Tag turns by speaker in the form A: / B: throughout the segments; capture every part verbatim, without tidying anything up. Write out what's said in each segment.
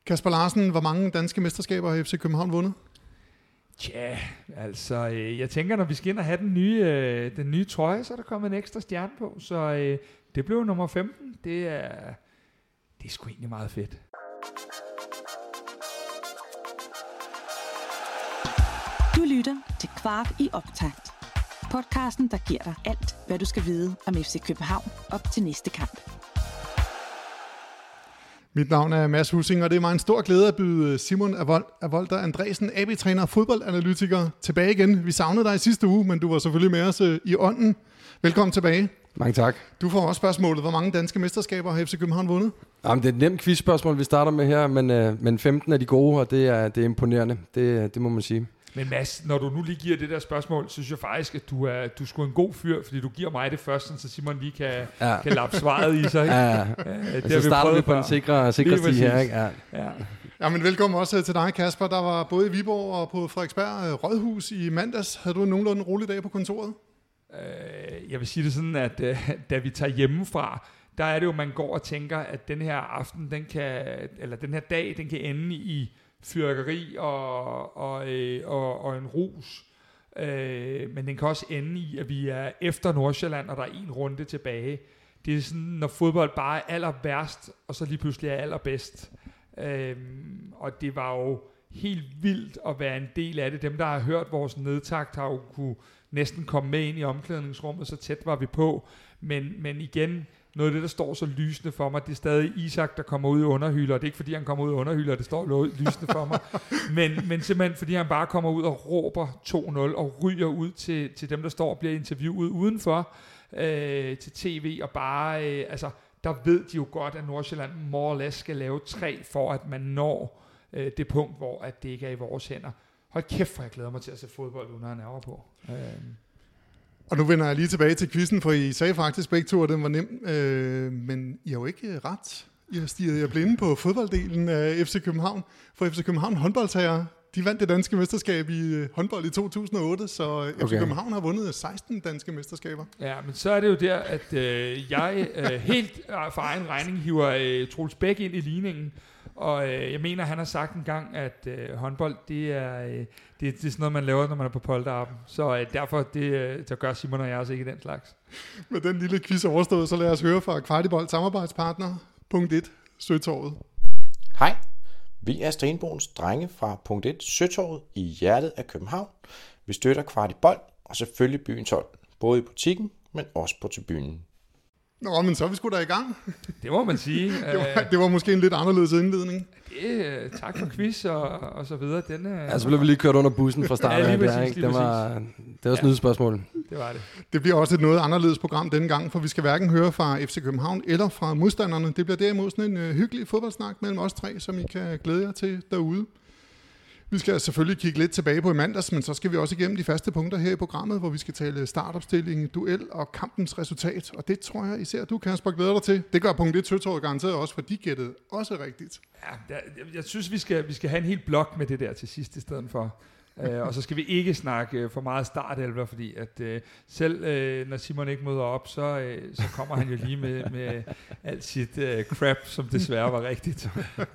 A: Kasper Larsen, hvor mange danske mesterskaber har F C København vundet?
B: Tja, altså, øh, jeg tænker, når vi skal ind og have den nye, øh, den nye trøje, så er der kommet en ekstra stjerne på, så øh, det blev nummer femten. Det er, det er sgu egentlig meget fedt.
C: Du lytter til Kvart i optakt. Podcasten, der giver dig alt, hvad du skal vide om F C København op til næste kamp.
A: Mit navn er Mads Hussing, og det er mig en stor glæde at byde Simon Avolter Andresen, A B-træner og fodboldanalytiker, tilbage igen. Vi savnede dig i sidste uge, men du var selvfølgelig med os i ånden. Velkommen tilbage.
D: Mange tak.
A: Du får også spørgsmålet, hvor mange danske mesterskaber har F C København vundet?
D: Jamen, det er et nemt quizspørgsmål, vi starter med her, men, øh, men femten er de gode, og det er, det er imponerende. Det, det må man sige.
B: Men Mads, når du nu lige giver det der spørgsmål, synes jeg faktisk, at du er, du er sgu en god fyr, fordi du giver mig det først, så Simon lige kan, ja. kan lappe svaret i sig. Ikke?
D: Ja, ja. ja det så starter vi på den sikre, sikre sti her. Ikke? Ja.
A: Ja. Ja, men velkommen også til dig, Kasper. Der var både i Viborg og på Frederiksberg Rådhus i mandags. Havde du en nogenlunde rolig dag på kontoret?
B: Øh, jeg vil sige det sådan, at øh, da vi tager hjemmefra, der er det jo, man går og tænker, at den her aften, den kan, eller den her dag, den kan ende i fyrkeri og, og, øh, og, og en rus. Øh, men den kan også ende i, at vi er efter Nordsjælland, og der er en runde tilbage. Det er sådan, når fodbold bare er aller værst, og så lige pludselig er allerbedst. Øh, og det var jo helt vildt at være en del af det. Dem, der har hørt vores nedtakt, har jo kunne næsten komme med ind i omklædningsrummet, så tæt var vi på. Men, men igen, noget af det, der står så lysende for mig, det er stadig Isak, der kommer ud i underhylder. Det er ikke, fordi han kommer ud i underhylder, det står lysende for mig. Men, men simpelthen, fordi han bare kommer ud og råber to nul og ryger ud til, til dem, der står og bliver interviewet udenfor øh, til tv. Og bare, øh, altså, der ved de jo godt, at Nordsjælland more or less skal lave tre, for at man når øh, det punkt, hvor at det ikke er i vores hænder. Hold kæft, for jeg glæder mig til at se fodbold uden at nerver på. Øh.
A: Og nu vender jeg lige tilbage til quizzen, for I sagde faktisk begge to, at den var nem, øh, men I har jo ikke ret. I har stirret jer blinde på fodbolddelen af F C København. For F C København håndboldtager, de vandt det danske mesterskab i håndbold i to tusind og otte, så okay. F C København har vundet seksten danske mesterskaber.
B: Ja, men så er det jo der, at øh, jeg øh, helt for egen regning hiver øh, Troels Bæk ind i ligningen. Og øh, jeg mener, han har sagt en gang, at øh, håndbold, det er, øh, det, det er sådan noget, man laver, når man er på polterappen. Så øh, derfor, det, øh, så gør Simon og jeg også ikke den slags.
A: Med den lille quiz overstået, så lad os høre fra Kvartibold samarbejdspartner. Punkt et, Søtorvet.
E: Hej, vi er Stenbroens drenge fra Punkt et, Søtorvet i hjertet af København. Vi støtter Kvartibold og selvfølgelig byens hold, både i butikken, men også på tribunen.
A: Nå, men så er vi sgu da i gang.
B: Det må man sige.
A: det, var, det var måske en lidt anderledes indledning.
B: Det, tak for quiz og, og så videre. Den,
D: ja, så blev vi lige kørt under bussen fra starten.
B: Ja, lige
D: der,
B: præcis,
D: ikke? Det var, det var snydespørgsmål.
B: Det var det.
A: Det bliver også et noget anderledes program denne gang, for vi skal hverken høre fra F C København eller fra modstanderne. Det bliver derimod sådan en uh, hyggelig fodboldsnak mellem os tre, som I kan glæde jer til derude. Vi skal selvfølgelig kigge lidt tilbage på i mandags, men så skal vi også igennem de faste punkter her i programmet, hvor vi skal tale startopstilling, duel og kampens resultat. Og det tror jeg især du, Kasper, glæder dig til. Det gør punkt et Søtorvet garanteret også, for de gættede også rigtigt.
B: Ja, jeg, jeg synes, vi skal, vi skal have en hel blok med det der til sidst i stedet for. uh, og så skal vi ikke snakke for meget startelver, fordi at uh, selv uh, når Simon ikke møder op, så, uh, så kommer han jo lige med, med alt sit uh, crap, som desværre var rigtigt.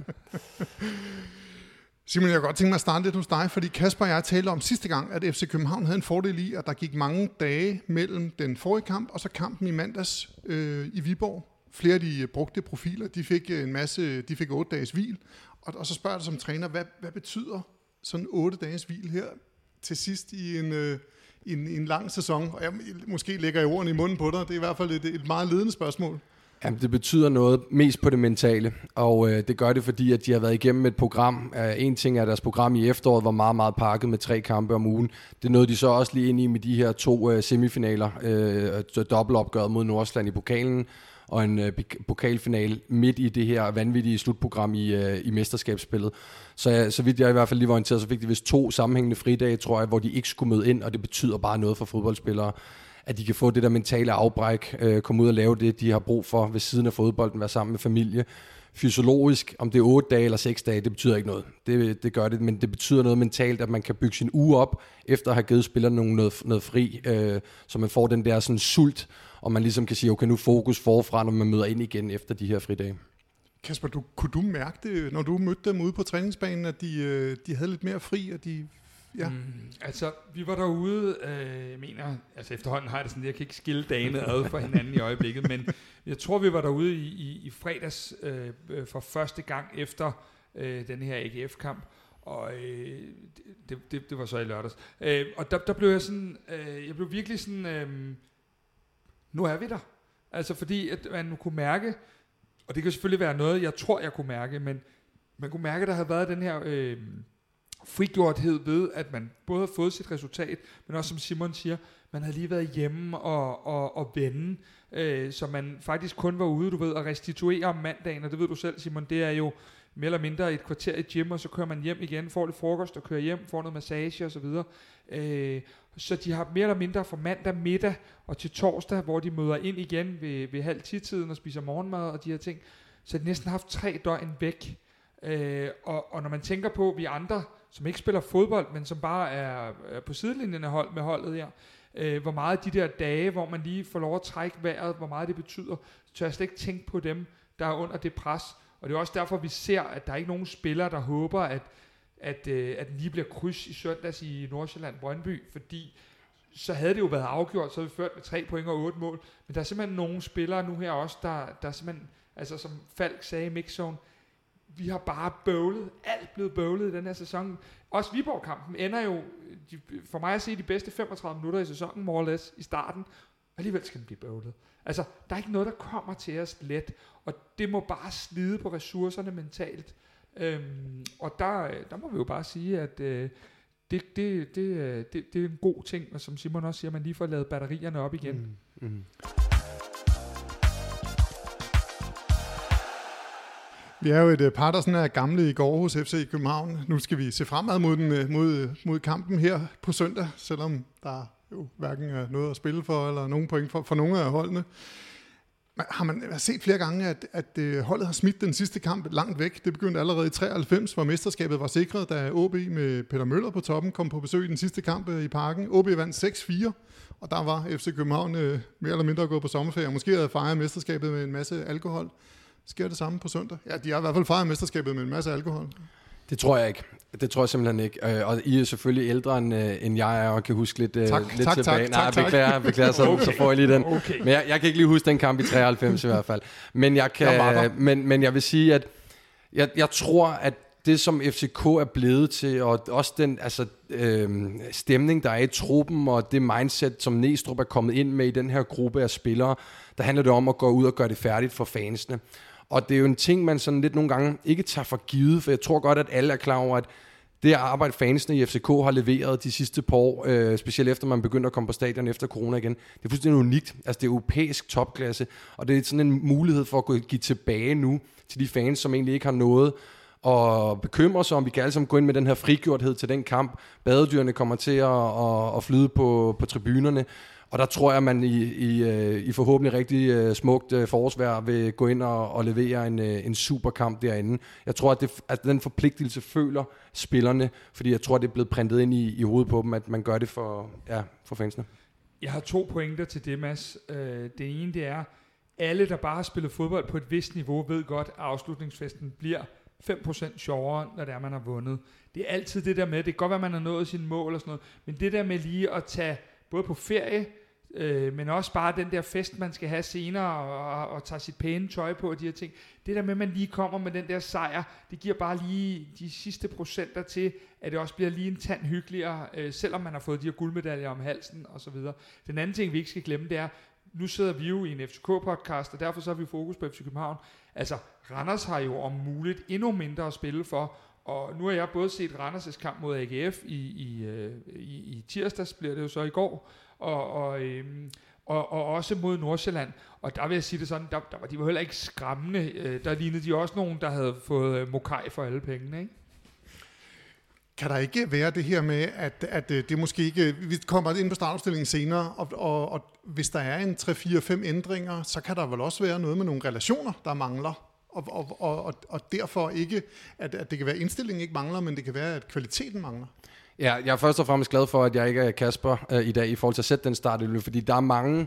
A: Simon, jeg kan godt tænke mig at starte lidt hos dig, fordi Kasper og jeg talte om sidste gang, at F C København havde en fordel i, at der gik mange dage mellem den forrige kamp og så kampen i mandags øh, i Viborg. Flere af de brugte profiler, de fik en masse, de fik otte dages hvil, og, og så spørger jeg dig som træner, hvad, hvad betyder sådan otte dages hvil her til sidst i en, øh, en, en lang sæson? Og jeg måske lægger jeg ordene i munden på dig, det er i hvert fald et, et meget ledende spørgsmål.
D: Jamen, det betyder noget mest på det mentale, og øh, det gør det, fordi at de har været igennem et program. Uh, en ting er, at deres program i efteråret var meget, meget pakket med tre kampe om ugen. Det nåede de så også lige ind i med de her to uh, semifinaler, uh, dobbeltopgøret mod Nordsjælland i pokalen, og en uh, pokalfinale midt i det her vanvittige slutprogram i, uh, i mesterskabsspillet. Så, uh, så vidt jeg i hvert fald lige var orienteret, så fik de vist to sammenhængende fridage, tror jeg, hvor de ikke skulle møde ind, og det betyder bare noget for fodboldspillere, at de kan få det der mentale afbræk, øh, komme ud og lave det, de har brug for ved siden af fodbolden, være sammen med familie. Fysiologisk, om det er otte dage eller seks dage, det betyder ikke noget. Det, det gør det, men det betyder noget mentalt, at man kan bygge sin uge op, efter at have givet spillerne noget, noget, noget fri, øh, så man får den der sådan sult, og man ligesom kan sige, okay, nu fokus forfra, når man møder ind igen efter de her fridage.
A: Kasper, du, kunne du mærke det, når du mødte dem ude på træningsbanen, at de, de havde lidt mere fri, og de... Ja.
B: Mm, altså, vi var derude, øh, jeg mener, altså efterhånden har jeg det sådan, jeg kan ikke skille dagene ad for hinanden i øjeblikket, men jeg tror, vi var derude i, i, i fredags øh, for første gang efter øh, den her A G F-kamp, og øh, det, det, det var så i lørdags. Øh, og der, der blev jeg sådan, øh, jeg blev virkelig sådan, øh, nu er vi der. Altså fordi, at man kunne mærke, og det kan selvfølgelig være noget, jeg tror, jeg kunne mærke, men man kunne mærke, at der havde været den her... Øh, frigjorthed ved, at man både har fået sit resultat, men også som Simon siger, man havde lige været hjemme og, og, og vende, øh, så man faktisk kun var ude, du ved, at restituere om mandagen, og det ved du selv, Simon, det er jo mere eller mindre et kvarter i gym, og så kører man hjem igen, får lidt frokost og kører hjem, får noget massage og så videre. Øh, så de har mere eller mindre fra mandag middag og til torsdag, hvor de møder ind igen ved, ved halv ti-tiden og spiser morgenmad og de her ting, så har de næsten haft tre døgn væk. Øh, og, og når man tænker på, vi andre, som ikke spiller fodbold, men som bare er, er på sidelinjen af hold med holdet her, øh, hvor meget de der dage, hvor man lige får lov at trække vejret, hvor meget det betyder, så tør jeg slet ikke tænke på dem, der er under det pres. Og det er også derfor, vi ser, at der er ikke nogen spillere, der håber, at, at, øh, at den lige bliver kryds i søndags i Nordsjælland Brøndby, fordi så havde det jo været afgjort, så havde vi ført med tre point og otte mål. Men der er simpelthen nogle spillere nu her også, der, der er simpelthen, altså som Falk sagde i mixzone, vi har bare bøvlet, alt blevet bøvlet i den her sæson. Også Viborg-kampen ender jo, de, for mig at se, de bedste femogtredive minutter i sæsonen, more or less, i starten. Alligevel skal den blive bøvlet. Altså, der er ikke noget, der kommer til os let, og det må bare slide på ressourcerne mentalt. Øhm, og der, der må vi jo bare sige, at øh, det, det, det, det, det er en god ting, og som Simon også siger, man lige får lavet batterierne op igen. Mm, mm.
A: Vi er jo et par, der sådan er gamle i går hos F C København. Nu skal vi se fremad mod, den, mod, mod kampen her på søndag, selvom der jo hverken er noget at spille for, eller nogen point for, for nogle af holdene. Har man set flere gange, at, at holdet har smidt den sidste kamp langt væk? Det begyndte allerede i treoghalvfems, hvor mesterskabet var sikret, da O B med Peter Møller på toppen kom på besøg i den sidste kamp i Parken. O B vandt seks fire, og der var F C København øh, mere eller mindre gået på sommerferie, og måske havde fejret mesterskabet med en masse alkohol. Sker det samme på søndag? Ja, de har i hvert fald fejret mesterskabet med en masse alkohol.
D: Det tror jeg ikke. Det tror jeg simpelthen ikke. Og I er selvfølgelig ældre end, end jeg er, og kan huske lidt,
A: tak,
D: lidt
A: tak,
D: tilbage.
A: Tak,
D: Nej,
A: tak,
D: beklager, beklager så, okay. Så får jeg lige den. Okay. Men jeg, jeg kan ikke lige huske den kamp i treoghalvfems i hvert fald. Men jeg, kan, jeg men, men jeg vil sige, at jeg, jeg tror, at det som F C K er blevet til, og også den altså, øh, stemning, der er i truppen, og det mindset, som Næstrup er kommet ind med i den her gruppe af spillere, der handler det om at gå ud og gøre det færdigt for fansene. Og det er jo en ting, man sådan lidt nogle gange ikke tager for givet, for jeg tror godt, at alle er klar over, at det arbejde, fansene i F C K har leveret de sidste par år, øh, specielt efter man begynder at komme på stadion efter corona igen, det er fuldstændig unikt. Altså det er europæisk topklasse, og det er sådan en mulighed for at give tilbage nu til de fans, som egentlig ikke har noget at bekymre sig om. Vi kan alle sammen gå ind med den her frigjorthed til den kamp. Badedyrene kommer til at, at, at flyde på, på tribunerne. Og der tror jeg, at man i, i, i forhåbentlig rigtig smukt forårsvejr vil gå ind og, og levere en, en super kamp derinde. Jeg tror, at, det, at den forpligtelse føler spillerne, fordi jeg tror, at det er blevet printet ind i, i hovedet på dem, at man gør det for, ja, for fansene.
B: Jeg har to pointer til det, Mads. Det ene, det er, alle, der bare har spillet fodbold på et vist niveau, ved godt, at afslutningsfesten bliver fem procent sjovere, når det er, man har vundet. Det er altid det der med, det kan godt være, man har nået sine mål og sådan noget, men det der med lige at tage både på ferie, øh, men også bare den der fest, man skal have senere, og, og, og tage sit pæne tøj på, og de her ting. Det der med, at man lige kommer med den der sejr, det giver bare lige de sidste procenter til, at det også bliver lige en tand hyggeligere, øh, selvom man har fået de her guldmedaljer om halsen, og så videre. Den anden ting, vi ikke skal glemme, det er, nu sidder vi jo i en F C K-podcast, og derfor så har vi fokus på F C København. Altså, Randers har jo om muligt endnu mindre at spille for, og nu har jeg både set Randers' kamp mod A G F i, i, i, i tirsdags, bliver det jo så i går, og, og, øhm, og, og også mod Nordsjælland. Og der vil jeg sige det sådan, der, der var de var heller ikke skræmmende. Der lignede de også nogen, der havde fået mokaj for alle pengene, ikke?
A: Kan der ikke være det her med, at, at det måske ikke... Vi kommer ind på startopstillingen senere, og, og, og hvis der er en tre fire fem ændringer, så kan der vel også være noget med nogle relationer, der mangler. Og, og, og, og derfor ikke, at, at det kan være, at indstillingen ikke mangler, men det kan være, at kvaliteten mangler.
D: Ja, jeg er først og fremmest glad for, at jeg ikke er Kasper øh, i dag i forhold til at sætte den starteløb, fordi der er mange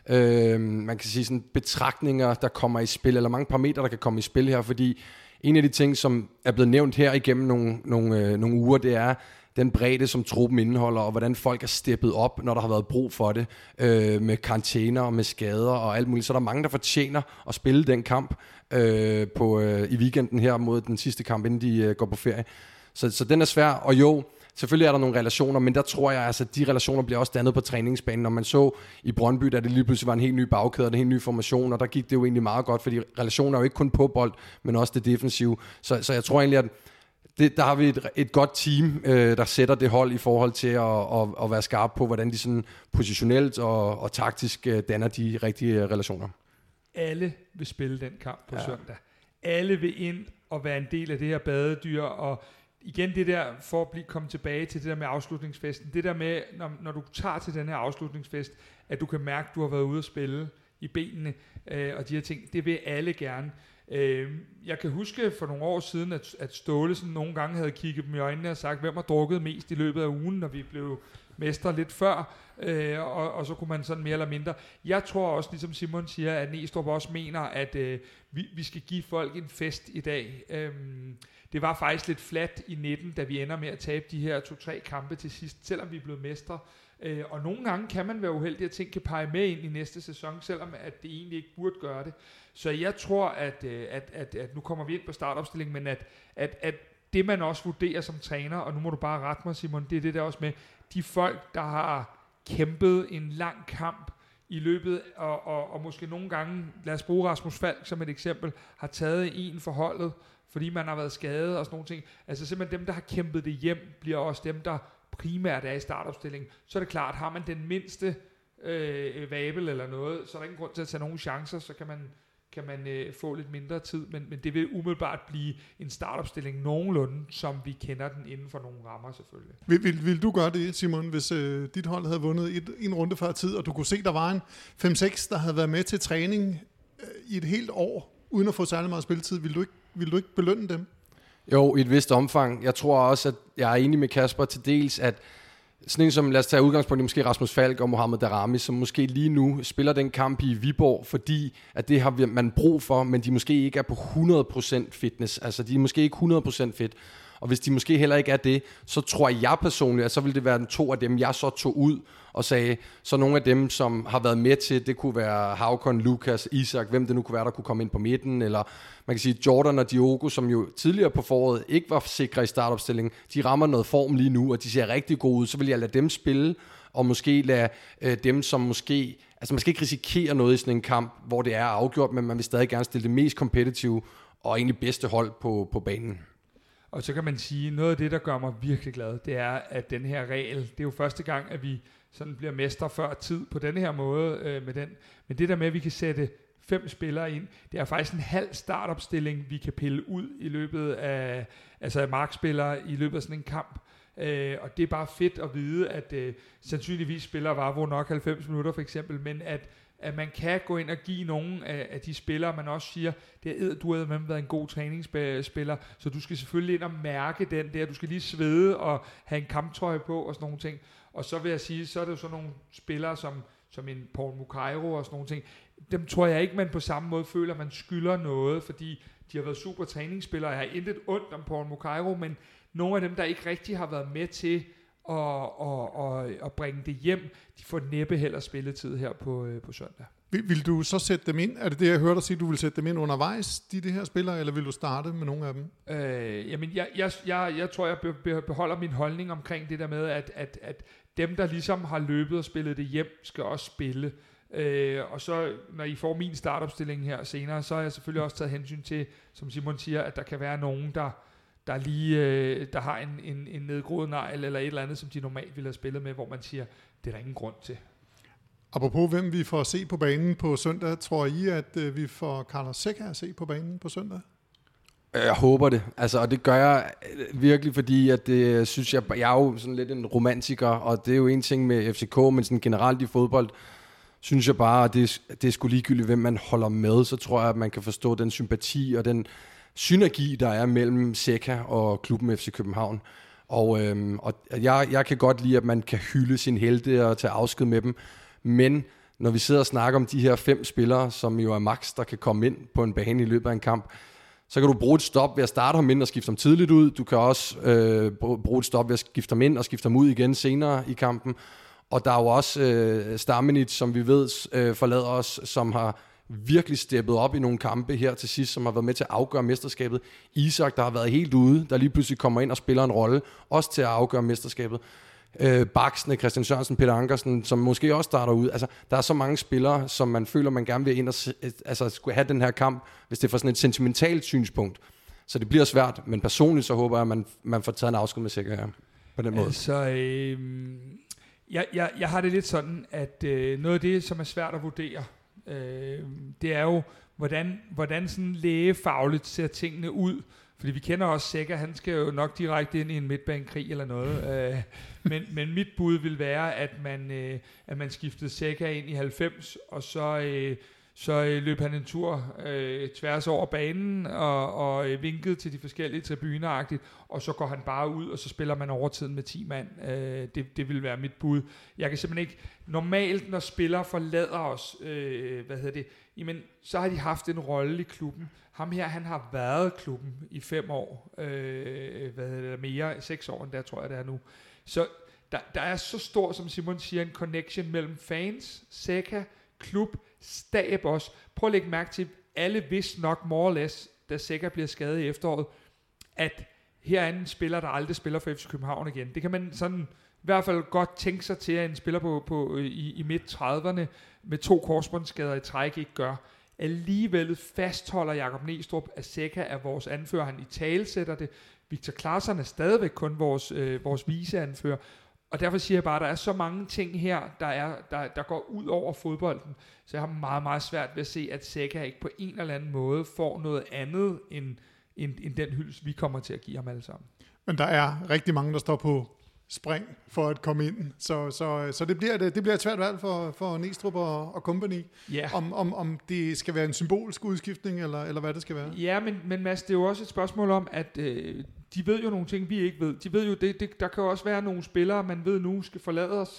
D: øh, man kan sige sådan betragtninger, der kommer i spil, eller mange parametre, der kan komme i spil her, fordi en af de ting, som er blevet nævnt her igennem nogle, nogle, øh, nogle uger, det er den bredde, som truppen indeholder, og hvordan folk er steppet op, når der har været brug for det, øh, med karantæner og med skader og alt muligt. Så er der mange, der fortjener at spille den kamp øh, på, øh, i weekenden her mod den sidste kamp, inden de øh, går på ferie. Så, så den er svær, og jo, selvfølgelig er der nogle relationer, men der tror jeg, altså, de relationer bliver også dannet på træningsbanen. Når man så i Brøndby, da det lige pludselig var en helt ny bagkæde, og en helt ny formation, og der gik det jo egentlig meget godt, fordi relationer er jo ikke kun på bold, men også det defensive. Så, så jeg tror egentlig, at det, der har vi et, et godt team, øh, der sætter det hold i forhold til at, at, at være skarp på, hvordan de sådan positionelt og, og taktisk øh, danner de rigtige relationer.
B: Alle vil spille den kamp på
D: ja.
B: søndag. Alle vil ind og være en del af det her badedyr, og igen det der, for at blive kommet tilbage til det der med afslutningsfesten, det der med, når, når du tager til den her afslutningsfest, at du kan mærke, at du har været ude at spille i benene, øh, og de her ting, det vil alle gerne. Øh, jeg kan huske for nogle år siden, at, at Ståle sådan nogle gange havde kigget dem i øjnene og sagt, hvem har drukket mest i løbet af ugen, når vi blev mestre lidt før, øh, og, og så kunne man sådan mere eller mindre. Jeg tror også, ligesom Simon siger, at Næstrup også mener, at øh, vi, vi skal give folk en fest i dag. Øh, det var faktisk lidt fladt i nitten, da vi ender med at tabe de her to-tre kampe til sidst, selvom vi er blevet mestre. Øh, og nogle gange kan man være uheldig, at ting kan pege med ind i næste sæson, selvom at det egentlig ikke burde gøre det. Så jeg tror, at, at, at, at nu kommer vi ind på startopstillingen, men at, at, at det man også vurderer som træner, og nu må du bare rette mig, Simon, det er det der også med, de folk, der har kæmpet en lang kamp i løbet, og, og, og måske nogle gange, lad os bruge Rasmus Falk som et eksempel, har taget en for holdet, fordi man har været skadet og sådan nogle ting. Altså simpelthen dem, der har kæmpet det hjem, bliver også dem, der primært er i startopstillingen. Så er det klart, har man den mindste øh, vabel eller noget, så er der ingen grund til at tage nogle chancer, så kan man, kan man øh, få lidt mindre tid, men, men det vil umiddelbart blive en startopstilling nogenlunde, som vi kender den inden for nogle rammer selvfølgelig.
A: Vil, vil, vil du gøre det, Simon, hvis øh, dit hold havde vundet et, en runde før tid, og du kunne se, der var en fem seks, der havde været med til træning øh, i et helt år, uden at få særlig meget spilletid, vil du ikke, vil du ikke belønne dem?
D: Jo, i et vist omfang. Jeg tror også, at jeg er enig med Kasper til dels, at sådan en som, lad os tage udgangspunkt i måske Rasmus Falk og Mohamed Daramy, som måske lige nu spiller den kamp i Viborg, fordi at det har man brug for, men de måske ikke er på hundrede procent fitness. Altså, de er måske ikke hundrede procent fit. Og hvis de måske heller ikke er det, så tror jeg personligt, at så vil det være den to af dem, jeg så tog ud og sagde, så nogle af dem, som har været med til, det kunne være Haukon, Lukas, Isak, hvem det nu kunne være, der kunne komme ind på midten, eller man kan sige Jordan og Diogo, som jo tidligere på foråret ikke var sikre i startopstillingen, de rammer noget form lige nu, og de ser rigtig gode ud, så vil jeg lade dem spille, og måske lade øh, dem, som måske, altså man skal ikke risikere noget i sådan en kamp, hvor det er afgjort, men man vil stadig gerne stille det mest kompetitive, og egentlig bedste hold på, på banen.
B: Og så kan man sige, noget af det, der gør mig virkelig glad, det er, at den her regel, det er jo første gang, at vi sådan bliver mestre før tid på denne her måde øh, med den. Men det der med, at vi kan sætte fem spillere ind, det er faktisk en halv startopstilling, vi kan pille ud i løbet af, altså af markspillere i løbet af sådan en kamp. Øh, og det er bare fedt at vide, at øh, sandsynligvis spiller Vavro nok halvfems minutter for eksempel, men at at man kan gå ind og give nogle af, af de spillere, man også siger, det er, du har med været en god træningsspiller, så du skal selvfølgelig ind og mærke den der, du skal lige svede og have en kamptrøje på og sådan nogle ting. Og så vil jeg sige, så er det jo sådan nogle spillere som, som en Paul Mukairo og sådan nogle ting, dem tror jeg ikke, man på samme måde føler, man skylder noget, fordi de har været super træningsspillere. Jeg har intet ondt om Paul Mukairo, men nogle af dem, der ikke rigtig har været med til Og, og, og, og bringe det hjem, de får næppe heller spilletid her på, øh, på søndag.
A: Vil, vil du så sætte dem ind? Er det det, jeg hørte dig sige, du vil sætte dem ind undervejs, de, de her spillere, eller vil du starte med nogle af dem?
B: Øh, jamen, jeg, jeg, jeg, jeg tror, jeg be, beholder min holdning omkring det der med, at, at, at dem, der ligesom har løbet og spillet det hjem, skal også spille. Øh, og så, når I får min startopstilling her senere, så har jeg selvfølgelig også taget hensyn til, som Simon siger, at der kan være nogen, der der lige øh, der har en, en, en nedgroet negl eller et eller andet, som de normalt ville have spillet med, hvor man siger, det er der ingen grund til.
A: Apropos hvem vi får se på banen på søndag, tror I, at øh, vi får Carlos Seca at se på banen på søndag?
D: Jeg håber det, altså, og det gør jeg virkelig, fordi at det synes jeg, jeg er jo sådan lidt en romantiker, og det er jo en ting med F C K, men sådan generelt i fodbold, synes jeg bare, at det, det er sgu ligegyldigt, hvem man holder med, så tror jeg, at man kan forstå den sympati og den synergi, der er mellem Seca og klubben F C København. Og, øhm, og jeg, jeg kan godt lide, at man kan hylde sin helte og tage afsked med dem, men når vi sidder og snakker om de her fem spillere, som jo er max, der kan komme ind på en bane i løbet af en kamp, så kan du bruge et stop ved at starte ham ind og skifte ham tidligt ud. Du kan også øh, bruge et stop ved at skifte ham ind og skifte ham ud igen senere i kampen. Og der er jo også øh, Stamenic, som vi ved øh, forlader os, som har virkelig steppet op i nogle kampe her til sidst, som har været med til at afgøre mesterskabet. Isak, der har været helt ude, der lige pludselig kommer ind og spiller en rolle, også til at afgøre mesterskabet. Øh, Baksene, Christian Sørensen, Peter Ankersen, som måske også starter ud. Altså, der er så mange spillere, som man føler, man gerne vil ind og se, altså, skulle have den her kamp, hvis det er fra sådan et sentimentalt synspunkt. Så det bliver svært, men personligt så håber jeg, at man, man får taget en afsked med Zeca her, på den måde.
B: Altså, øh, jeg, jeg, jeg har det lidt sådan, at øh, noget af det, som er svært at vurdere, øh, det er jo, hvordan, hvordan sådan lægefagligt ser tingene ud. Fordi vi kender også Zeca, han skal jo nok direkte ind i en midtbanekrig eller noget. øh, men, men mit bud vil være, at man, øh, at man skiftede Zeca ind i halvfems, og så, øh, så øh, løb han en tur øh, tværs over banen og, og øh, vinkede til de forskellige tribuner-agtigt, og så går han bare ud, og så spiller man overtiden med ti mand. Øh, det, det vil være mit bud. Jeg kan simpelthen ikke... Normalt, når spillere forlader os, øh, hvad hedder det, jamen, så har de haft en rolle i klubben. Ham her, han har været i klubben i fem år, øh, hvad hedder det, mere, seks år end der, tror jeg det er nu. Så der, der er så stor, som Simon siger, en connection mellem fans, Zeca, klub, stab også. Prøv at lægge mærke til, alle vidste nok more or less, da Zeca bliver skadet i efteråret, at her er en spiller, der aldrig spiller for F C København igen. Det kan man sådan i hvert fald godt tænke sig til, at en spiller på, på, i, i midt trediverne med to korsbåndsskader i træk ikke gør. Alligevel fastholder Jakob Næstrup, at Zeca er vores anfører. Han i talesætter det. Victor Claesson er stadigvæk kun vores, øh, vores viceanfører. Og derfor siger jeg bare, at der er så mange ting her, der, er, der, der går ud over fodbolden. Så jeg har meget, meget svært ved at se, at Zeca ikke på en eller anden måde får noget andet end, end, end den hyldest, vi kommer til at give ham alle sammen.
A: Men der er rigtig mange, der står på spring for at komme ind. Så, så, så det, bliver, det, det bliver et svært valg for, for Næstrup og, og company.
B: Yeah.
A: Om, om, om det skal være en symbolsk udskiftning, eller, eller hvad det skal være.
B: Ja, men, men Mads, det er jo også et spørgsmål om, at øh, de ved jo nogle ting, vi ikke ved. De ved jo, det, det, der kan jo også være nogle spillere, man ved nu skal forlade os.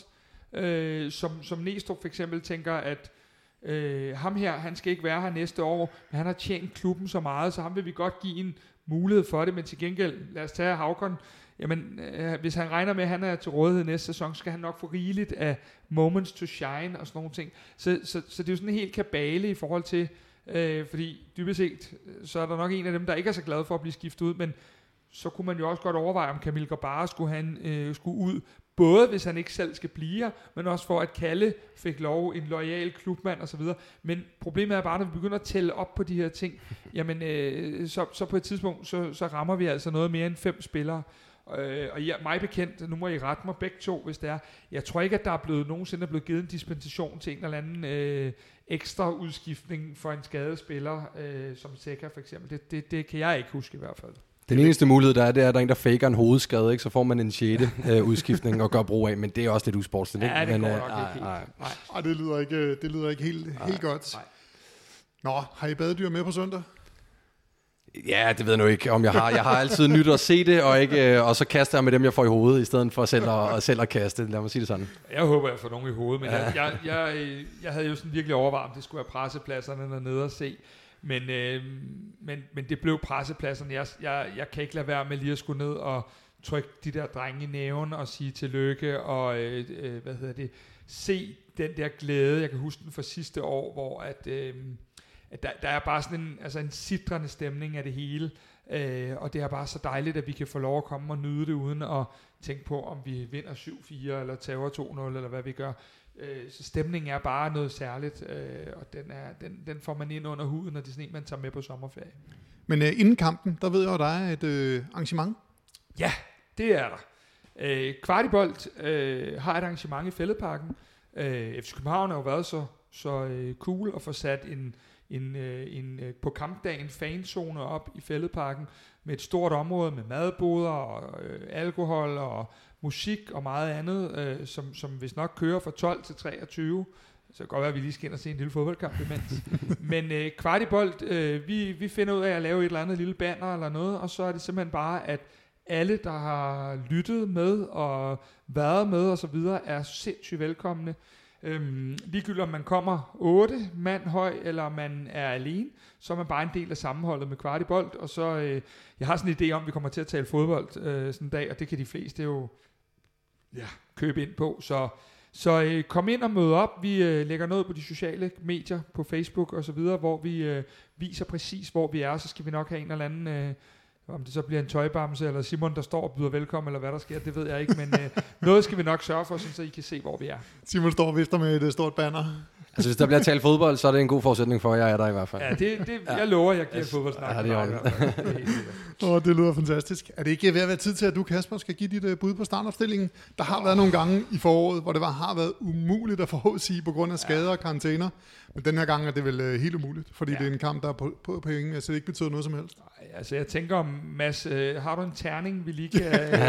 B: Øh, som, som Næstrup for eksempel tænker, at øh, ham her, han skal ikke være her næste år, men han har tjent klubben så meget, så ham vil vi godt give en mulighed for det. Men til gengæld, lad os tage Haugen. Jamen, øh, hvis han regner med, at han er til rådighed næste sæson, skal han nok få rigeligt af moments to shine og sådan nogle ting. Så, så, så det er jo sådan en helt kabale i forhold til, øh, fordi dybest set, så er der nok en af dem, der ikke er så glad for at blive skiftet ud, men så kunne man jo også godt overveje, om Kamil Grabara skulle, han, øh, skulle ud, både hvis han ikke selv skal blive her, men også for at Kalle fik lov, en loyal klubmand osv. Men problemet er bare, når vi begynder at tælle op på de her ting, jamen øh, så, så på et tidspunkt, så, så rammer vi altså noget mere end fem spillere. Øh, og ja, mig bekendt, nu må I rette mig begge to, hvis det er. Jeg tror ikke, at der er blevet nogensinde er blevet givet en dispensation til en eller anden øh, ekstra udskiftning for en skadet spiller, øh, som Zeca for eksempel. Det, det, det kan jeg ikke huske i hvert fald.
D: Den eneste mulighed, der er, det er, at der er en, der faker en hovedskade, ikke? Så får man en sjette øh, udskiftning og gør brug af, men det er også lidt usportsligt, ikke?
B: Ja, det
D: men,
B: går
D: øh,
B: nok
D: ej,
B: ikke
D: ej.
B: helt. Nej.
A: Ej, det lyder ikke, det lyder ikke helt, helt godt.
B: Nej.
A: Nå, har I badedyr med på søndag?
D: Ja, det ved jeg nu ikke, om jeg har. Jeg har altid nyt at se det, og, ikke, og så kaster jeg med dem, jeg får i hovedet, i stedet for selv at, selv at kaste. Lad mig sige det sådan.
B: Jeg håber, jeg får nogen i hovedet, men jeg, jeg, jeg, jeg havde jo sådan virkelig overvejet, om det skulle være pressepladserne dernede og se. Men, øh, men, men det blev pressepladserne. Jeg, jeg, jeg kan ikke lade være med lige at skulle ned og trykke de der drenge i næven og sige tillykke og øh, øh, hvad hedder det, se den der glæde. Jeg kan huske den fra sidste år, hvor at, øh, at der, der er bare sådan en, altså en sitrende stemning af det hele. Øh, og det er bare så dejligt, at vi kan få lov at komme og nyde det uden at tænke på, om vi vinder syv fire eller tager to nul eller hvad vi gør. Så stemningen er bare noget særligt, øh, og den, er, den, den får man ind under huden, og det er sådan en, man tager med på sommerferie.
A: Men øh, inden kampen, der ved jeg, at der er et øh, arrangement.
B: Ja, det er der. Øh, Kvartibolt øh, har et arrangement i Fælledparken. Øh, F C København har jo været så, så øh, cool at få sat en, en, øh, en øh, på kampdagen fanzone op i Fælledparken med et stort område med madboder og øh, alkohol og musik og meget andet, øh, som, som hvis nok kører fra tolv til treogtyve. Så det kan godt være, at vi lige skal ind og se en lille fodboldkamp imens. Men øh, Kvartibolt, øh, vi, vi finder ud af at lave et eller andet lille banner eller noget, og så er det simpelthen bare, at alle, der har lyttet med og været med og så videre, er sindssygt velkomne. Øhm, ligegyldigt om man kommer otte mand høj, eller man er alene, så er man bare en del af sammenholdet med Kvart i Bold, og så, øh, jeg har sådan en idé om, at vi kommer til at tale fodbold øh, sådan en dag, og det kan de fleste jo ja, købe ind på, så, så øh, kom ind og mød op. Vi øh, lægger noget på de sociale medier, på Facebook og så videre, hvor vi øh, viser præcis, hvor vi er, så skal vi nok have en eller anden... Øh, om det så bliver en tøjbamse, eller Simon, der står og byder velkommen, eller hvad der sker, det ved jeg ikke, men øh, noget skal vi nok sørge for, så I kan se, hvor vi er.
A: Simon står og vifter med et stort banner.
D: Altså, hvis der bliver talt fodbold, så er det en god forudsætning for, at jeg er der i hvert fald.
B: Ja, det, det, jeg lover, jeg giver yes. fodboldsnak.
D: Ja, det er
B: det
A: Åh, oh, det lyder fantastisk. Er det ikke ved at være tid til, at du, Kasper, skal give dit uh, bud på startopstillingen? Der har oh. været nogle gange i foråret, hvor det var, har været umuligt at forudse på grund af skader ja. og karantæner. Men den her gang er det vel uh, helt umuligt, fordi ja. det er en kamp, der er på, på point, altså det ikke betyder noget som helst.
B: Nej, altså jeg tænker, Mads, øh, har du en terning, vi lige kan... Øh, den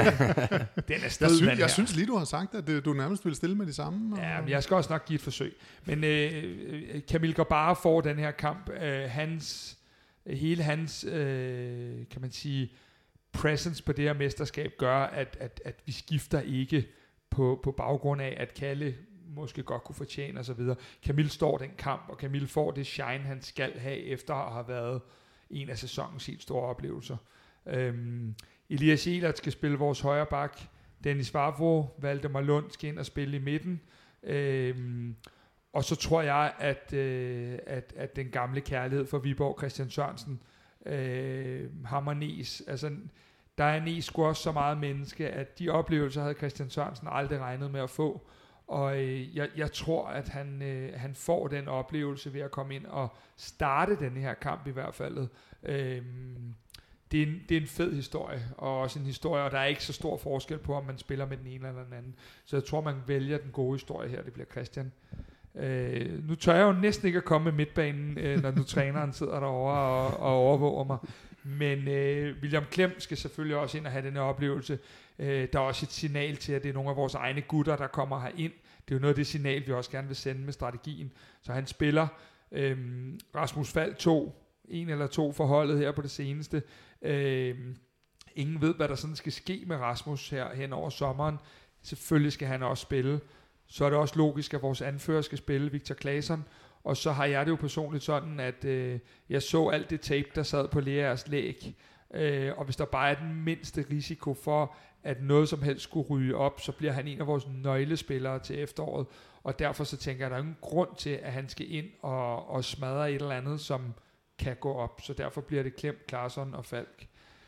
B: er sted,
A: jeg, synes, jeg synes lige, du har sagt, at øh, du nærmest vil stille med de samme. Og...
B: Ja, men jeg skal også nok give et forsøg. Men øh, Kamil Grabara får den her kamp. Øh, hans, hele hans, øh, kan man sige, presence på det her mesterskab gør, at, at, at vi skifter ikke på, på baggrund af, at Kalle måske godt kunne fortjene osv. Kamil står den kamp, og Kamil får det shine, han skal have, efter at have været en af sæsonens helt store oplevelser. Øhm, Elias Elert skal spille vores højre bak. Dennis Vavro, Valdemar Lund skal ind og spille i midten. Øhm, og så tror jeg, at, øh, at, at den gamle kærlighed for Viborg, Christian Sørensen, øh, Hammer Nes, altså der er Nes sgu også så meget menneske, at de oplevelser havde Christian Sørensen aldrig regnet med at få. Og øh, jeg, jeg tror, at han, øh, han får den oplevelse ved at komme ind og starte den her kamp i hvert fald. Øh, det, er en, det er en fed historie, og også en historie, og der er ikke så stor forskel på, om man spiller med den ene eller den anden. Så jeg tror, man vælger den gode historie her, det bliver Christian. Øh, nu tør jeg jo næsten ikke at komme med midtbanen, øh, når nu træneren sidder derovre og, og overvåger mig. Men øh, William Klem skal selvfølgelig også ind og have den her oplevelse. Øh, der er også et signal til, at det er nogle af vores egne gutter, der kommer her ind. Det er jo noget af det signal, vi også gerne vil sende med strategien. Så han spiller. Øh, Rasmus Fald to, en eller to forholdet her på det seneste. Øh, ingen ved, hvad der sådan skal ske med Rasmus her hen over sommeren. Selvfølgelig skal han også spille. Så er det også logisk, at vores anfører skal spille, Victor Claesson. Og så har jeg det jo personligt sådan, at øh, jeg så alt det tape, der sad på Leas læg. Øh, og hvis der bare er den mindste risiko for, at noget som helst skulle ryge op, så bliver han en af vores nøglespillere til efteråret. Og derfor så tænker jeg, at der er ingen grund til, at han skal ind og, og smadre et eller andet, som kan gå op. Så derfor bliver det Klem, Claesson og Falk.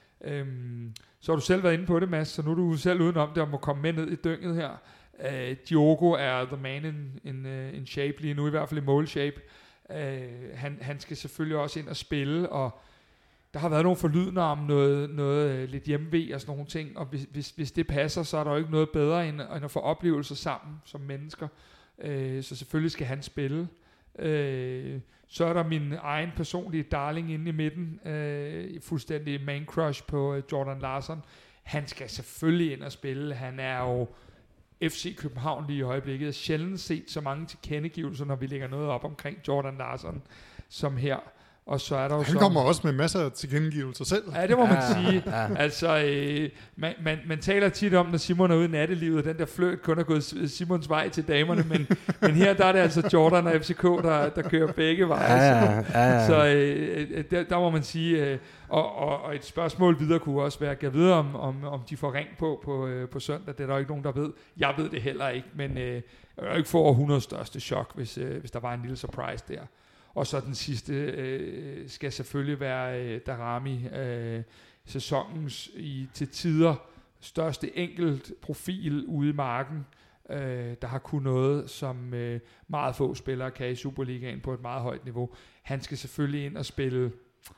B: Øhm, så har du selv været inde på det, Mads, så nu er du selv udenom det, og må komme med ned i dynget her. Uh, Diogo er the man in, in, uh, in shape lige nu, i hvert fald i mål shape. Uh, han, han skal selvfølgelig også ind og spille, og der har været nogle forlydende om noget, noget uh, lidt hjemmevæg og sådan nogle ting, og hvis, hvis, hvis det passer, så er der jo ikke noget bedre end, end at få oplevelser sammen som mennesker. Uh, så selvfølgelig skal han spille. Uh, så er der min egen personlige darling inde i midten, uh, fuldstændig man crush på uh, Jordan Larsson. Han skal selvfølgelig ind og spille. Han er jo F C København lige i øjeblikket. Jeg har sjældent set så mange tilkendegivelser, når vi lægger noget op omkring Jordan Larsson, som her. Og så er der jo
A: Han kommer også med masser af tilkendegivelser selv.
B: Ja, det må man sige. Altså, øh, man, man, man taler tit om, når Simon er ude i nattelivet, den der fløjt kun er gået Simons vej til damerne, men, men her der er det altså Jordan og F C K, der, der kører begge veje.
D: Ja, ja, ja, ja.
B: Så øh, der, der må man sige, øh, og, og, og et spørgsmål videre kunne også være, at vide, om, om, om de får ring på på, øh, på søndag. Det er der ikke nogen, der ved. Jeg ved det heller ikke, men øh, jeg vil ikke få århundredes største chok, hvis, øh, hvis der var en lille surprise der. Og så den sidste øh, skal selvfølgelig være øh, Darami, øh, sæsonens i til tider største enkelt profil ude i marken, øh, der har kunnet noget, som øh, meget få spillere kan i Superligaen på et meget højt niveau. Han skal selvfølgelig ind og spille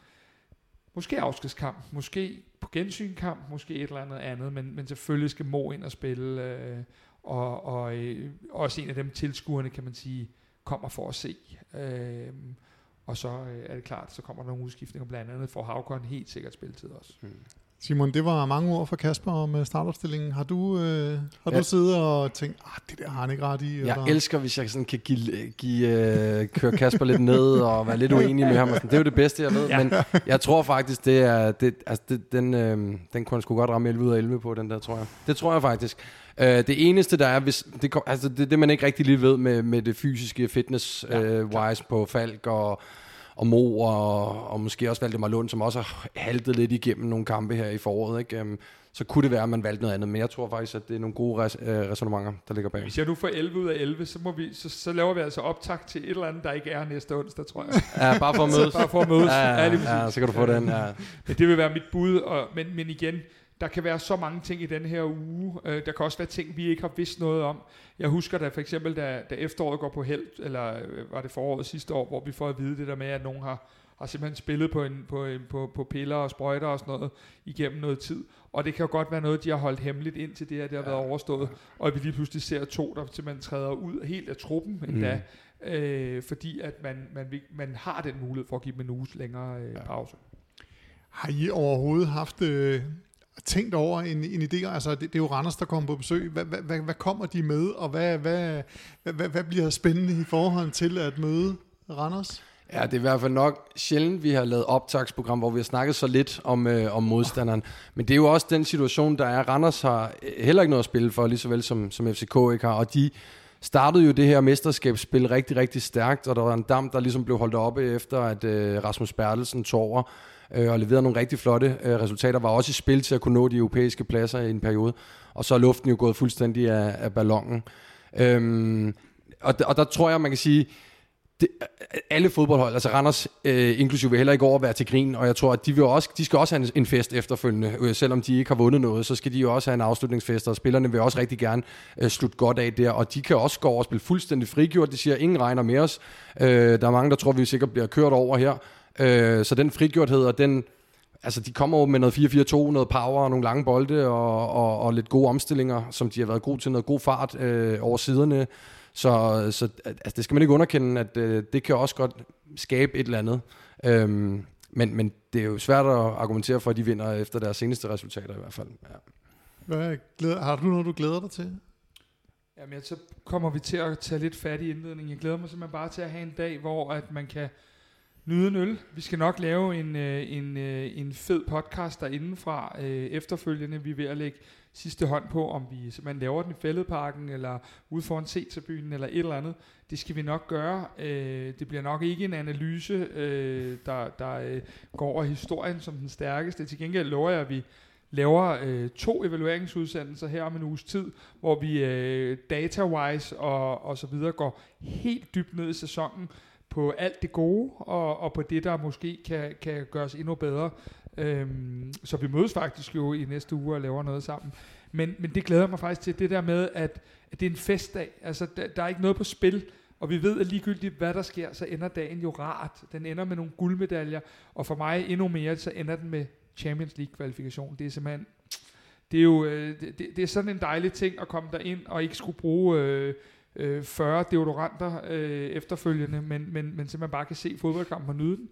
B: måske afskedskamp, måske på gensynkamp, måske et eller andet andet, men, men selvfølgelig skal Mo ind og spille, øh, og, og øh, også en af dem tilskuerne, kan man sige, kommer for at se. Øhm, og så øh, er det klart, så kommer der nogle udskiftninger, blandt andet for Havkon helt sikkert spilletid også. Hmm.
A: Simon, det var mange ord for Kasper om startopstillingen. Har du, øh, har
D: ja.
A: du siddet og tænkt, ah, det der har han ikke ret i?
D: Jeg
A: eller?
D: elsker, hvis jeg sådan kan give, give, øh, køre Kasper lidt ned og være lidt uenig med ham. Og sådan. Det er jo det bedste, jeg ved. Ja. Men jeg tror faktisk, det er, det, altså det, den, øh, den kunne han sgu godt ramme elleve ud af elleve på, den der, tror jeg. Det tror jeg faktisk. Øh, det eneste, der er, hvis, det, altså det, det man ikke rigtig lige ved med, med det fysiske fitness-wise ja, øh, på Falk og og Mo og, og måske også Valdemar Lund, som også har haltet lidt igennem nogle kampe her i foråret, ikke? Um, så kunne det være, at man valgte noget andet. Men jeg tror faktisk, at det er nogle gode res- øh, resonemanger, der ligger bag.
B: Hvis jeg nu får elleve ud af elleve, så, må vi, så, så laver vi altså optakt til et eller andet, der ikke er næste onsdag, tror jeg.
D: Ja, bare for at mødes.
B: bare for at mødes.
D: Ja, ja,
B: ja,
D: ja, så kan du få den. Ja.
B: Men det vil være mit bud. Og, men, men igen, der kan være så mange ting i den her uge. Uh, der kan også være ting, vi ikke har vidst noget om. Jeg husker da for eksempel, da, da efteråret går på held, eller var det foråret sidste år, hvor vi får at vide det der med, at nogen har har simpelthen spillet på, en, på, en, på, på piller og sprøjter og sådan noget igennem noget tid. Og det kan jo godt være noget, de har holdt hemmeligt indtil det her, det har ja, været overstået. Ja. Og at vi lige pludselig ser to, der simpelthen træder ud helt af truppen endda. Mm. Øh, fordi at man, man, man har den mulighed for at give dem en uges længere øh, ja. pause.
A: Har I overhovedet haft øh, tænkt over en, en idé? Altså det, det er jo Randers, der kommer på besøg. Hvad, hvad, hvad, hvad kommer de med? Og hvad, hvad, hvad, hvad, hvad bliver spændende i forhold til at møde Randers?
D: Ja, det er i hvert fald nok sjældent, vi har lavet optagsprogram, hvor vi har snakket så lidt om, øh, om modstanderen. Men det er jo også den situation, der er. Randers har heller ikke noget at spille for, lige så vel som, som F C K ikke har. Og de startede jo det her mesterskabsspil rigtig, rigtig stærkt, og der var en dam, der ligesom blev holdt oppe efter, at øh, Rasmus Bertelsen tog over øh, og leverede nogle rigtig flotte øh, resultater. Var også i spil til at kunne nå de europæiske pladser i en periode. Og så er luften jo gået fuldstændig af, af ballonen. Øhm, og, og der tror jeg, man kan sige, det, alle fodboldhold, altså Randers øh, inklusive, vil heller ikke over være til grin, og jeg tror, at de, vil også, de skal også have en fest efterfølgende. Øh, selvom de ikke har vundet noget, så skal de jo også have en afslutningsfest, og spillerne vil også rigtig gerne øh, slutte godt af der, og de kan også gå over og spille fuldstændig frigjort. De siger, ingen regner med os. Øh, der er mange, der tror, vi sikkert bliver kørt over her. Øh, så den frigjorthed, og den, altså de kommer over med noget fire fire to, noget power og nogle lange bolde, og, og, og lidt gode omstillinger, som de har været gode til, noget god fart øh, over siderne. Så, så altså, det skal man ikke underkende, at øh, det kan også godt skabe et eller andet. Øhm, men, men det er jo svært at argumentere for, at de vinder efter deres seneste resultater i hvert fald. Ja.
A: Hvad glæder, har du noget, du glæder dig til?
B: Jamen, så kommer vi til at tage lidt fat i indledningen. Jeg glæder mig simpelthen bare til at have en dag, hvor at man kan nyde en øl. Vi skal nok lave en, en, en fed podcast derindefra øh, efterfølgende. Vi er ved at lægge sidste hånd på, om vi simpelthen laver den i Fælledparken, eller ude foran C-tribunen, eller et eller andet. Det skal vi nok gøre. Øh, det bliver nok ikke en analyse, øh, der, der øh, går over historien som den stærkeste. Til gengæld lover jeg, at vi laver øh, to evalueringsudsendelser her om en uges tid, hvor vi øh, data-wise og, og så videre går helt dybt ned i sæsonen, på alt det gode, og, og på det, der måske kan, kan gøres endnu bedre. Øhm, så vi mødes faktisk jo i næste uge og laver noget sammen. Men, men det glæder mig faktisk til, det der med, at, at det er en festdag. Altså, der, der er ikke noget på spil, og vi ved, at ligegyldigt hvad der sker, så ender dagen jo rart. Den ender med nogle guldmedaljer, og for mig endnu mere, så ender den med Champions League-kvalifikation. Det er simpelthen, det er jo, øh, det, det er sådan en dejlig ting at komme derind og ikke skulle bruge Øh, fyrre deodoranter øh, efterfølgende, men, men, men simpelthen bare kan se fodboldkampen og nyde den.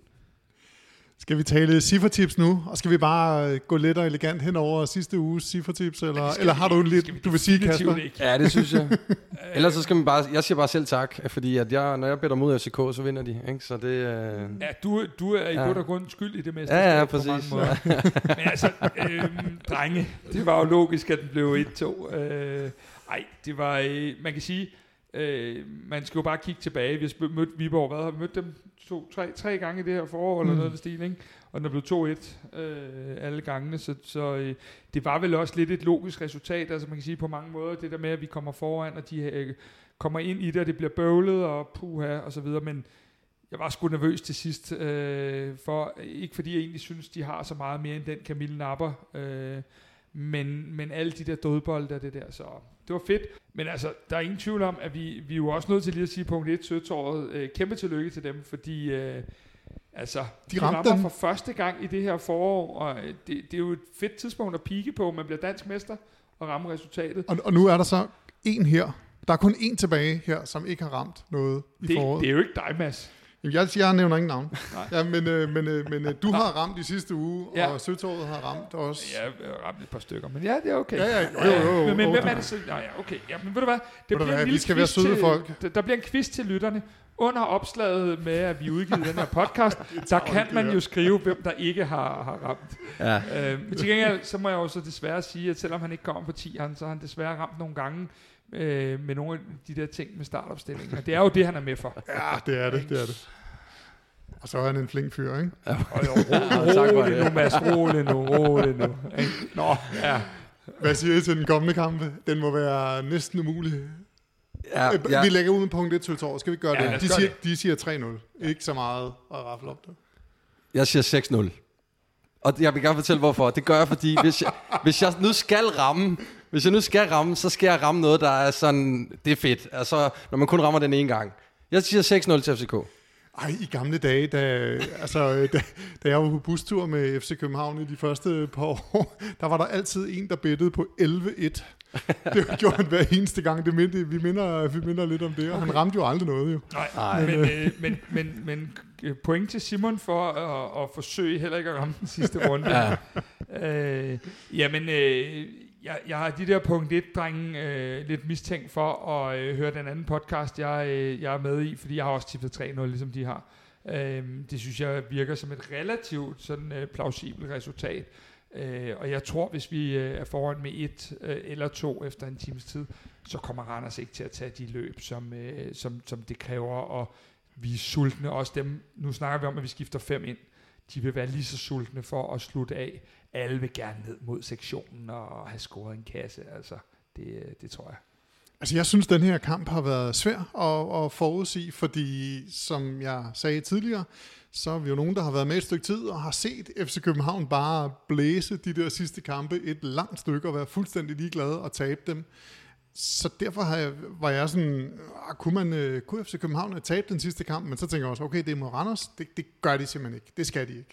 B: Skal vi tale ciffertips nu, og skal vi bare gå let og elegant hen over sidste uges ciffertips, eller, ja, eller har du lidt, du vil sige, Kasper?
D: Ja, det synes jeg. Ellers så skal man bare, jeg siger bare selv tak, fordi at jeg, når jeg beder mod F C K, så vinder de, ikke? Så det, øh... ja, du, du er i ja. bund og grund skyld i det meste. Ja, ja, præcis. Ja.
B: Men altså, øh, drenge, det var jo logisk, at den blev et to. Øh, ej, det var, øh, man kan sige, Øh, man skal jo bare kigge tilbage. Vi har mødt Viborg, hvad har vi mødt dem to, tre, tre gange i det her forår, eller mm. noget af stil, ikke? Og den er blevet to et øh, alle gangene, så, så øh, det var vel også lidt et logisk resultat, altså man kan sige på mange måder, det der med, at vi kommer foran, og de øh, kommer ind i det, og det bliver bøvlet, og puha, og så videre, men jeg var sgu nervøs til sidst, øh, for, ikke fordi jeg egentlig synes, de har så meget mere end den Camille Napper, øh, men, men alle de der dødbolde og det der, så det var fedt. Men altså, der er ingen tvivl om, at vi, vi er jo også nødt til lige at sige punkt et, Søtåret. Øh, kæmpe tillykke til dem, fordi øh, altså, de, de rammer dem for første gang i det her forår, og det, det er jo et fedt tidspunkt at pike på, man bliver dansk mester og rammer resultatet. Og, og nu er der så en her. Der er kun en tilbage her, som ikke har ramt noget i det,
A: foråret.
B: Det er jo ikke dig, Mads.
A: Jamen, jeg, jeg nævner ingen navn. Ja, men, øh, men, øh, men øh, du har ramt i sidste uge,
B: Ja.
A: og Søtorvet har ramt også.
B: Ja, jeg har ramt et par stykker, men ja, det er okay.
A: Ja, ja, jo, jo, jo,
B: men, men
A: jo,
B: hvem
A: jo.
B: er det så? Nej, ja, okay. Ja, men ved du hvad? Det
A: du
B: bliver
A: hvad,
B: en
A: vi
B: lille
A: skal være
B: quiz
A: søde
B: til,
A: folk.
B: Der, der bliver en quiz til lytterne. Under opslaget med, at vi udgiver den her podcast, der kan man jo skrive, hvem der ikke har, har ramt.
D: Ja.
B: Øh, men til gengæld, så må jeg jo så desværre sige, at selvom han ikke kommer på tieren, så har han desværre ramt nogle gange øh, med nogle af de der ting med startopstillingen. Det er jo det, han er med for.
A: Ja, det er det, det er det. Og så er han en flink fyr, ikke?
B: Og jo, rolig, rolig nu, Mads, rolig nu, rolig nu. Ikke? Nå, ja.
A: Hvad siger I til den kommende kampe? Den må være næsten umulig.
D: Ja,
A: Øh,
D: ja.
A: Vi lægger ud med punktet til Søtorvet. Skal vi gøre
B: Ja, lad
A: det?
B: os
A: De
B: gøre
A: siger,
B: det.
A: de siger tre nul. Ikke så meget at rafle op der.
D: Jeg siger seks nul. Og jeg vil gerne fortælle hvorfor. Det gør jeg, fordi hvis jeg, hvis jeg nu skal ramme, hvis jeg nu skal ramme, så skal jeg ramme noget, der er sådan, det er fedt. Altså, når man kun rammer den ene gang. Jeg siger seks nul til F C K.
A: Ej, i gamle dage, da, altså, da, da jeg var på bustur med F C København i de første par år, der var der altid en, der bettede på elleve et. Det gjorde han hver eneste gang. Det mindte, vi, minder, vi minder lidt om det, og okay. Han ramte jo aldrig noget. Jo.
B: Nej, Nej. Men, øh, men, men, men point til Simon for at, at forsøge heller ikke at ramme den sidste runde. Ja. Øh, jamen, øh, jeg, jeg har de der punkt et-drenge øh, lidt mistænkt for at øh, høre den anden podcast, jeg, øh, jeg er med i, fordi jeg har også tippet tre nul, ligesom de har. Øh, det synes jeg virker som et relativt sådan, øh, plausibelt resultat. Øh, og jeg tror, hvis vi øh, er foran med et øh, eller to efter en times tid, så kommer Randers ikke til at tage de løb, som, øh, som, som det kræver, og vi er sultne. Også dem, nu snakker vi om, at vi skifter fem ind. De vil være lige så sultne for at slutte af. Alle vil gerne ned mod sektionen og have scoret en kasse. Altså, det, det tror jeg.
A: Altså, jeg synes, den her kamp har været svær at, at forudsige, fordi, som jeg sagde tidligere, så er vi jo nogen, der har været med et stykke tid og har set F C København bare blæse de der sidste kampe et langt stykke og være fuldstændig ligeglade og tabe dem. Så derfor har jeg, var jeg sådan, kunne, man, kunne F C København have tabt den sidste kamp? Men så tænker jeg også, okay, det er mod Randers. Det, det gør de simpelthen ikke. Det skal de ikke.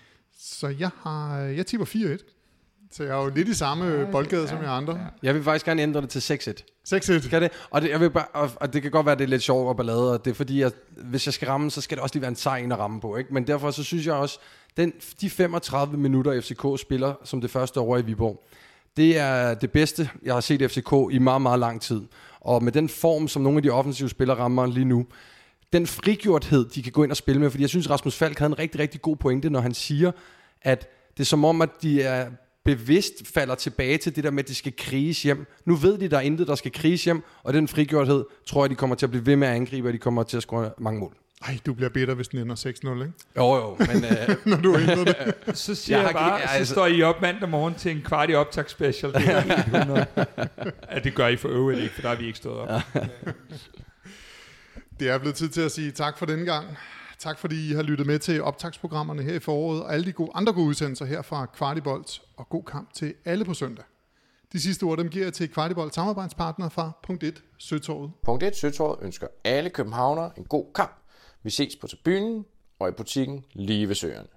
A: Så jeg, har, jeg tipper fire et. Så jeg er jo lidt i samme ja, boldgade ja, som jeg andre. Ja.
D: Jeg vil faktisk gerne ændre det til seks et.
A: seks et.
D: Skal det? Og det, jeg vil bare, og, og det kan godt være, det er lidt sjovt og ballade, og det er fordi, at hvis jeg skal ramme, så skal det også lige være en sej en at ramme på. Ikke? Men derfor så synes jeg også, den, de femogtredive minutter F C K spiller som det første år i Viborg, det er det bedste, jeg har set F C K i meget, meget lang tid. Og med den form, som nogle af de offensive spillere rammer lige nu, den frigjorthed, de kan gå ind og spille med, fordi jeg synes, Rasmus Falk havde en rigtig, rigtig god pointe, når han siger, at det er som om, at de er bevidst falder tilbage til det der med, at de skal kriges hjem. Nu ved de, der er intet, der skal kriges hjem, og den frigjorthed, tror jeg, de kommer til at blive ved med at angribe, og de kommer til at score mange mål.
A: Ej, du bliver bitter, hvis den ender seks nul, ikke?
D: Jo, jo, men... Øh,
A: når du ændrer det.
B: Så siger jeg, jeg bare, ikke, altså, så står I op mandag morgen til en kvart i optag special. Det er helt hundrede. Ja, det gør I for øvrigt ikke, for der har vi ikke stået op.
A: Det er blevet tid til at sige tak for denne gang. Tak fordi I har lyttet med til optagsprogrammerne her i foråret, og alle de gode, andre gode udsendelser her fra Kvartibolt, og god kamp til alle på søndag. De sidste ord, dem giver jeg til Kvartibolt samarbejdspartner fra punkt et Søtorvet.
E: punkt et Søtorvet ønsker alle københavnere en god kamp. Vi ses på tribunen og i butikken lige ved Søerne.